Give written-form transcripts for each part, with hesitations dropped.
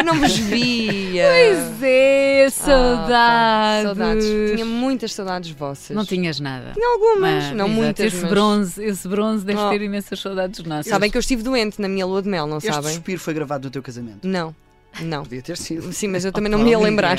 eu não vos via. Pois é, saudades. Saudades. Tinha muitas saudades vossas. Não tinhas nada. Tinha algumas, não exato. muitas. Esse bronze deve ter imensas saudades nossas. Sabem que eu estive doente na minha lua de mel, não Este sabem? suspiro foi gravado no teu casamento? Não. Podia ter sido. Sim, mas eu também não me ia lembrar.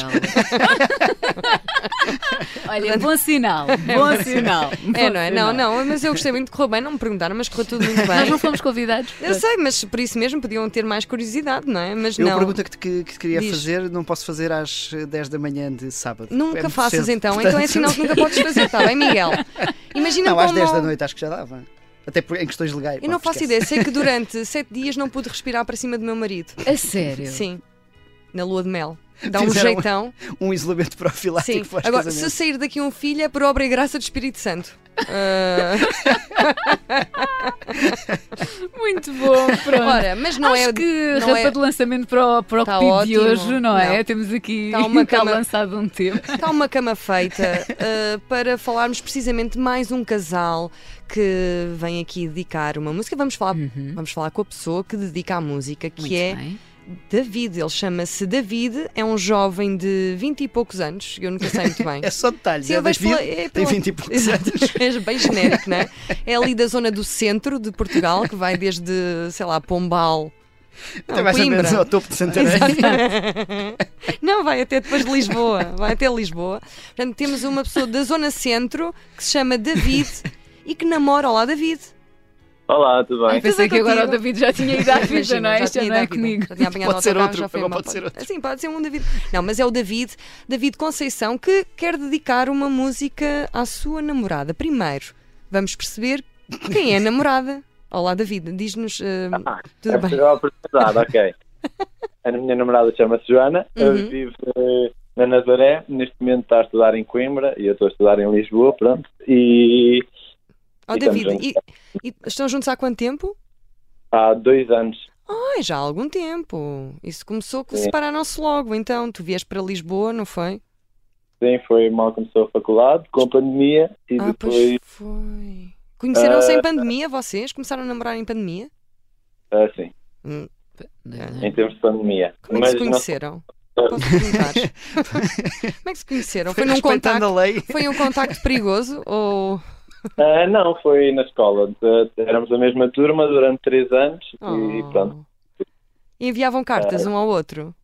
Olha, bom sinal. Bom sinal. Não, mas eu gostei muito, correu bem, não me perguntaram, mas correu tudo muito bem. Nós não fomos convidados. Eu sei, mas por isso mesmo podiam ter mais curiosidade, não é? Mas Eu não. a pergunta que te queria Diz. fazer, não posso fazer às 10 da manhã de sábado. Nunca muito faças cedo, então, portanto... então é sinal que nunca podes fazer, está bem, Miguel? Imagina Não, às como... 10 da noite acho que já dava. Até em questões legais. Eu não faço ideia, sei que durante 7 dias não pude respirar para cima do meu marido. A sério? Sim, na lua de mel. Dá um Fizeram jeitão. Um isolamento profilático Sim, para os agora casamentos. se sair daqui um filho é por obra e graça do Espírito Santo. Muito bom, pronto. Ora, mas não Acho é. que não rapa é- de lançamento para o Tá pedido de ótimo. hoje, não é? Não. Temos aqui Tá uma está cama- lançado um tempo. Está uma cama feita para falarmos precisamente de mais um casal que vem aqui dedicar uma música. Vamos falar com a pessoa que dedica a música, que Muito é bem. David. Ele chama-se David, é um jovem de 20 e poucos anos, eu nunca sei muito bem. É só detalhes. Sim, É eu vejo David, pela- é tem pela- 20 e poucos Exato, anos. é bem genérico, não é? É ali da zona do centro de Portugal, que vai desde, sei lá, Pombal. Até Não, mais ou menos Coimbra. ao topo de Santarém. Não, vai até depois de Lisboa. Vai até Lisboa. Portanto, temos uma pessoa da zona centro que se chama David e que namora. Olá, David. Olá, tudo bem? Pensei que agora o contigo? David já tinha ido à vida, Imagina, não é? já Isto já tinha não é ido à vida. comigo. Já tinha apanhado Pode ser autocarro, outro, já foi agora mal. pode ser outro. Sim, pode ser um David. Não, mas é o David, David Conceição, que quer dedicar uma música à sua namorada. Primeiro, vamos perceber quem é a namorada. Olá, David, diz-nos tudo É bem. possível apresentar, ok. A minha namorada chama-se Joana, vive na Nazaré, neste momento está a estudar em Coimbra e eu estou a estudar em Lisboa, pronto. E Oh, estamos David, juntos. e estão juntos há quanto tempo? Há 2 anos. Ai, já há algum tempo. Isso começou que Sim. separaram-se logo. Então, tu vieste para Lisboa, não foi? Sim, foi mal começou a faculdade, com a pandemia e Ah, depois, pois foi. Conheceram-se em pandemia, vocês? Começaram a namorar em pandemia? sim, Hum, em termos de pandemia. Como é que se Mas não- conheceram? Posso perguntar? Como é que se conheceram? Foi num Respeitando contacto? a lei. Foi um contacto perigoso? Ou... não, foi na escola. Éramos a mesma turma durante 3 anos e pronto. E enviavam cartas um ao outro?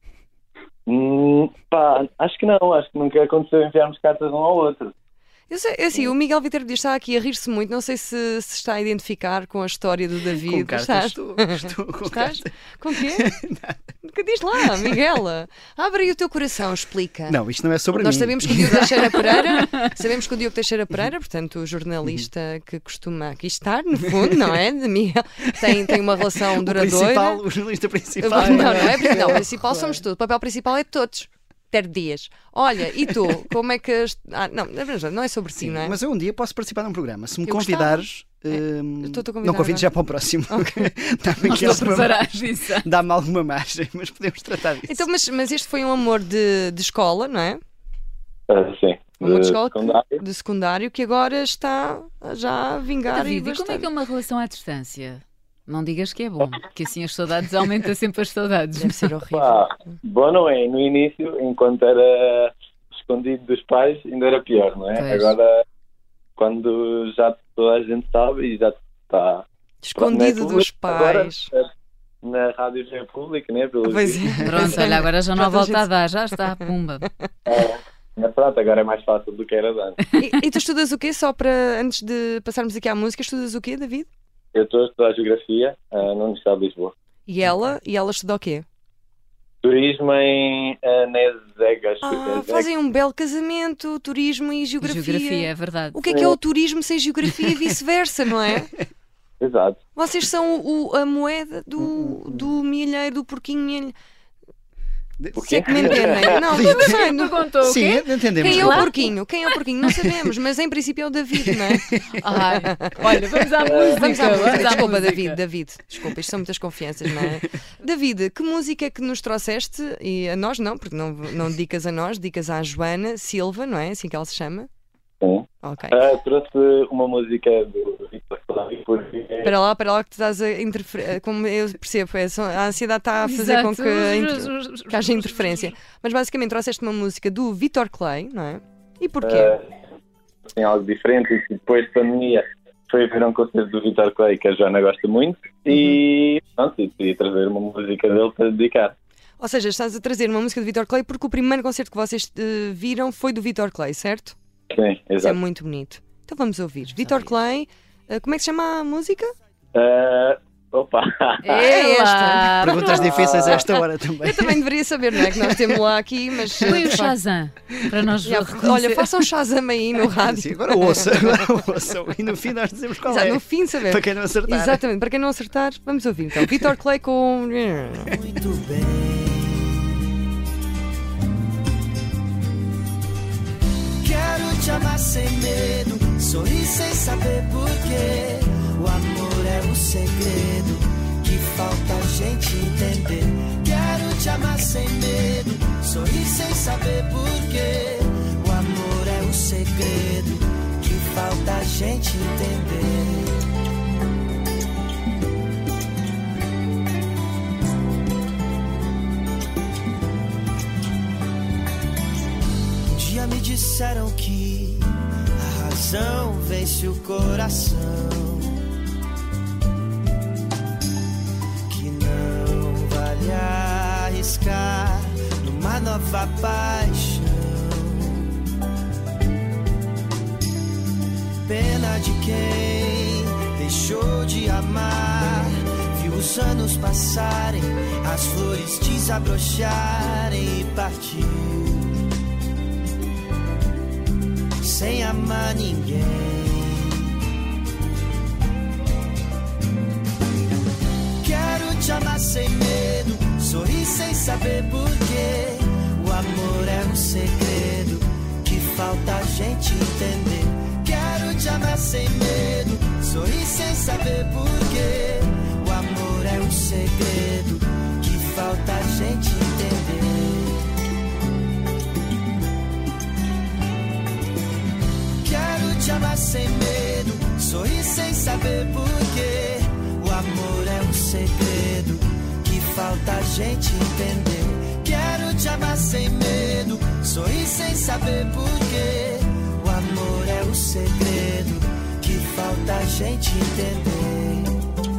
Acho que não, acho que nunca aconteceu enviarmos cartas um ao outro. Eu sei, assim, o Miguel Viterbo Dias está aqui a rir-se muito. Não sei se está a identificar com a história do David. Com cartas, Estás? estou com Estás? cartas. Com quê? Que diz lá, Miguela. Abre aí o teu coração, explica. Não, isto não é sobre Nós mim. sabemos que o Diogo Teixeira Pereira, portanto, o jornalista que costuma aqui estar, no fundo, não é? De Miguel, tem uma relação duradoura. O jornalista principal. Não é? O principal somos todos. O papel principal é de todos. Ter dias. Olha, e tu, como é que. Não é sobre si, não é? Mas eu um dia posso participar num programa. Se me Eu convidares, Estou-te a convidar não convides agora. já para o próximo. Dá-me Nós aqui não alguma- prepararás isso. dá-me alguma margem, mas podemos tratar disso. Então, mas este foi um amor de escola, não é? Sim, Um amor de escola secundário. de secundário que agora está já a vingar. David, e como é que é uma relação à distância? Não digas que é bom, que assim as saudades aumentam sempre as saudades. Deve ser horrível. Bom não é, no início, enquanto era escondido dos pais, ainda era pior, não é? Pois. Agora, quando já toda a gente sabe e já está Escondido na dos pública, agora, pais. na Rádio já é pública, né? Pelo Pois visto. é. Pronto, olha, agora já não há Pronto, a volta a gente- dar, já está, pumba. Mas pronto, agora é mais fácil do que era de antes. E tu estudas o quê? Só para, antes de passarmos aqui à música, estudas o quê, David? Eu estou a estudar Geografia na Universidade de Lisboa. E ela estuda o quê? Turismo na ESEG, acho que é Ah, ESEG. fazem um belo casamento, turismo e geografia. Geografia, é verdade. O que é o turismo sem geografia e vice-versa, não é? Exato. Vocês são a moeda do milheiro, do porquinho milheiro. Se é que me entendem. Não, não sei. Não... Perguntou o Sim, quê? entendemos. Quem é o Claro. porquinho? Quem é o porquinho? Não sabemos, mas em princípio é o David, não é? Ai, olha, vamos à música. Vamos à música. à Desculpa, música. David. Desculpa, isto são muitas confianças, não é? David, que música é que nos trouxeste? E a nós não, porque não dedicas a nós, dedicas à Joana Silva, não é? Assim que ela se chama? Sim. Ok. Trouxe uma música do Victor Clavier, porque Para lá que tu estás a interferir. Como eu percebo, a ansiedade está a fazer com que haja interferência. Mas basicamente trouxeste uma música do Vítor Clay, não é? E porquê? tem algo diferente. E depois da pandemia foi ver um concerto do Vítor Clay, que a Joana gosta muito, e pronto, e decidi trazer uma música dele para dedicar. Ou seja, estás a trazer uma música do Vítor Clay porque o primeiro concerto que vocês viram foi do Vítor Clay, certo? Sim, Isso é exato. muito bonito. Então vamos ouvir. Vítor Clay, como é que se chama a música? Opa! É esta. Perguntas difíceis a esta hora também. Eu também deveria saber, não é? Que nós temos lá aqui, mas. Põe o de facto, Shazam para nós reconhecer. olha, façam Shazam aí no rádio. Sim, agora ouçam. E no fim nós dizemos qual Exato, é. no fim saber. Para quem não acertar. Exatamente, para quem não acertar, vamos ouvir então. Vítor Clay com. Muito bem. Quero te amar sem medo, sorrir sem saber porquê. O amor é o segredo que falta a gente entender. Quero te amar sem medo, sorrir sem saber porquê. O amor é o segredo que falta a gente entender. Me disseram que a razão vence o coração, que não vale arriscar numa nova paixão. Pena de quem deixou de amar, viu os anos passarem, as flores desabrocharem e partiu sem amar ninguém. Quero te amar sem medo, sorrir sem saber porquê. O amor é um segredo que falta a gente entender. Quero te amar sem medo, sorrir sem saber porquê. O amor é um segredo que falta a gente entender. Quero te amar sem medo, sorrir sem saber porquê. O amor é um segredo que falta a gente entender. Quero te amar sem medo, sorrir sem saber porquê. O amor é o segredo que falta a gente entender.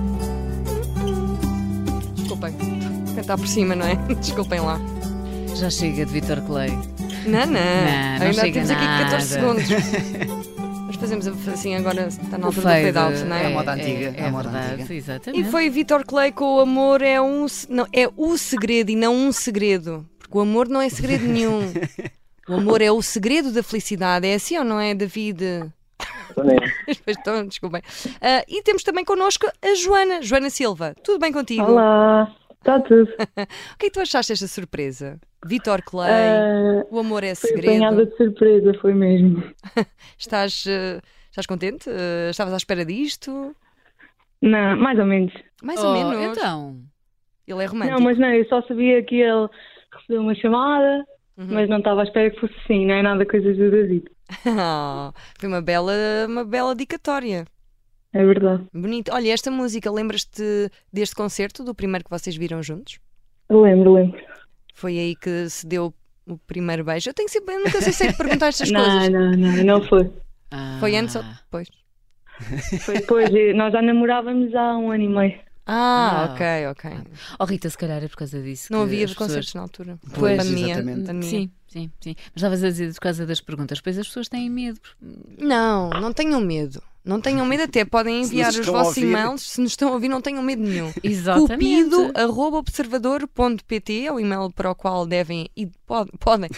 Desculpem, cantar por cima, não é? Desculpem lá. Já chega de Vítor Clay. Não, não ainda chega temos aqui 14 nada. segundos. Mas fazemos assim agora, está na altura do fade, fade out, não É a é? moda antiga. É a moda verdade, antiga. exatamente. E foi Vítor Clay com o amor é o segredo e não um segredo. Porque o amor não é segredo nenhum. O amor é o segredo da felicidade. É assim ou não é, David? Então, desculpem. E temos também connosco a Joana Silva. Tudo bem contigo? Olá, está tudo. O que é que tu achaste desta surpresa? Vítor Clay, o amor é Foi segredo. apanhada de surpresa, foi mesmo. Estás contente? Estavas à espera disto? Não, mais ou menos. Mais ou menos. Então, Ele é romântico. Não, mas não, eu só sabia que ele recebeu uma chamada, mas não estava à espera que fosse assim, não é nada coisas do David. Foi uma bela dicatória. É verdade. Bonito. Olha, esta música, lembras-te deste concerto, do primeiro que vocês viram juntos? Eu lembro. Foi aí que se deu o primeiro beijo. Eu nunca sei perguntar estas coisas. Não foi. Foi antes ou depois? Foi depois, nós já namorávamos há 1 ano e meio. Ok. Oh Rita, se calhar é por causa disso. Não que havia as pessoas- concertos na altura. Pois, Pandemia. exatamente. Sim. Mas estavas a dizer por causa das perguntas. Pois as pessoas têm medo. Não tenham medo. Não tenham medo, até podem enviar Se nos os estão a vossos ouvir. e-mails. Se nos estão a ouvir, não tenham medo nenhum. Exatamente. Cupido@observador.pt é o e-mail para o qual devem e podem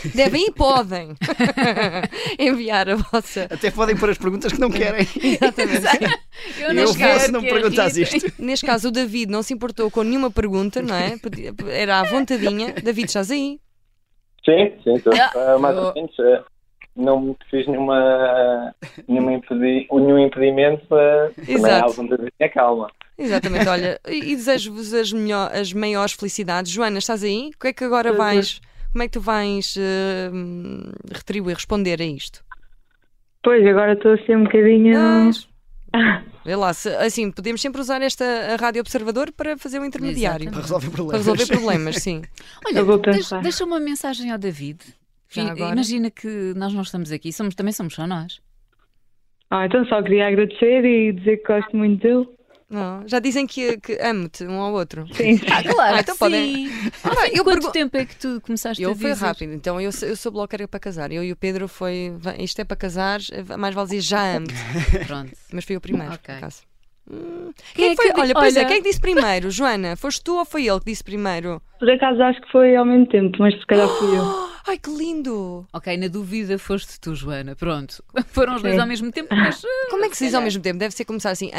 enviar a vossa. Até podem pôr as perguntas que não querem. Exatamente. Eu Eu vou se não que a perguntas Rita- isto. Neste caso, o David não se importou com nenhuma pergunta, não é? Era à vontadinha. David, estás aí? Sim, estou. Ah, Mais ou menos. Não fiz nenhum impedimento para também Exato. à vontadinha calma. Exatamente, olha, e desejo-vos as maiores felicidades. Joana, estás aí? O que é que agora vais? Como é que tu vais retribuir, responder a isto? Pois, agora estou a ser um bocadinho... Mas- Vê lá, assim, podemos sempre usar a Rádio Observador para fazer o intermediário. Exatamente. Para resolver Para problemas. resolver problemas, sim. Eu vou Olha, pensar. deixa uma mensagem ao David. Já agora? Imagina que nós não estamos aqui, também somos só nós. Então só queria agradecer e dizer que gosto muito dele. Não, já dizem que amo-te um ao outro. Sim. Claro, então que podem- sim. Eu Quanto pergu- tempo é que tu começaste a Eu dizer? fui rápido, então eu sou bloqueira para casar. Eu e o Pedro isto é para casar, mais vale dizer já amo-te. Pronto. Mas foi o primeiro, Ok. por acaso. Quem é Quem foi? que di- Olha, pois é, olha- quem é que disse primeiro? Joana, foste tu ou foi ele que disse primeiro? Por acaso acho que foi ao mesmo tempo, mas se calhar fui eu. Ai, que lindo! Ok, na dúvida foste tu, Joana. Pronto. Foram os dois ao mesmo tempo, mas. Como é que se diz ao mesmo tempo? Deve ser começar assim.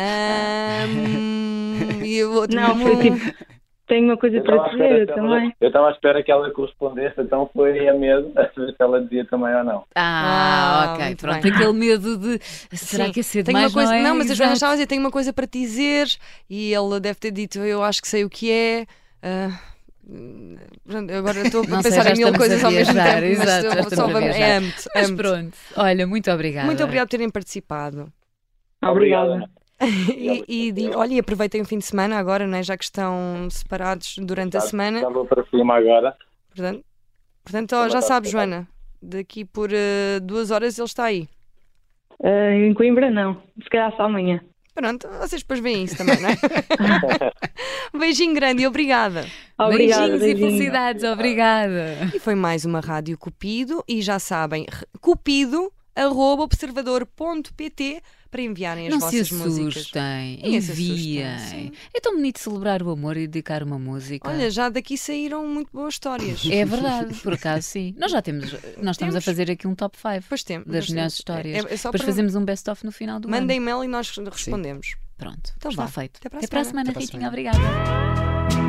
E o outro. Não, foi tipo, tenho uma coisa para dizer, eu também. Eu estava à espera que ela correspondesse, então foi a mesmo, a ver se ela dizia também ou não. Ok, muito pronto. bem. Aquele medo de. Será Sim. que é cedo Tenho demais? uma coisa, não, é? mas a Joana Exato. estava a dizer: tenho uma coisa para te dizer, e ele deve ter dito: eu acho que sei o que é. Pronto, agora estou a Não sei, pensar já em mil estamos coisas a ao mesmo viajar, tempo, exato, já mas estamos só a vamos. viajar. Amo-te, Mas amo-te. pronto. Olha, muito obrigada. Muito obrigado por terem participado. Obrigada. Olha, e aproveitem o fim de semana agora, não é? Já que estão separados durante a semana. Já vou para cima agora. Portanto, ó, já sabes, Joana, daqui por 2 horas ele está aí. Em Coimbra não, se calhar só amanhã. Pronto, vocês depois veem isso também, não é? Um beijinho grande e obrigada. Obrigada, Beijinhos e beijinho. felicidades, obrigada. E foi mais uma Rádio Cupido, e já sabem, cupido@observador.pt para enviarem as Não se vossas músicas. assustem, Ninguém se enviem. assusta, sim. É tão bonito celebrar o amor e dedicar uma música. Olha, já daqui saíram muito boas histórias. É verdade, por acaso sim. Nós estamos a Temos. fazer aqui um top 5 Pois temos. das melhores histórias. É só Depois para- fazemos um best-of no final do Mandem ano. e-mail e nós respondemos. Pronto, Então está vá. feito. Até para a Até para a semana. semana, Ritinha. Obrigada.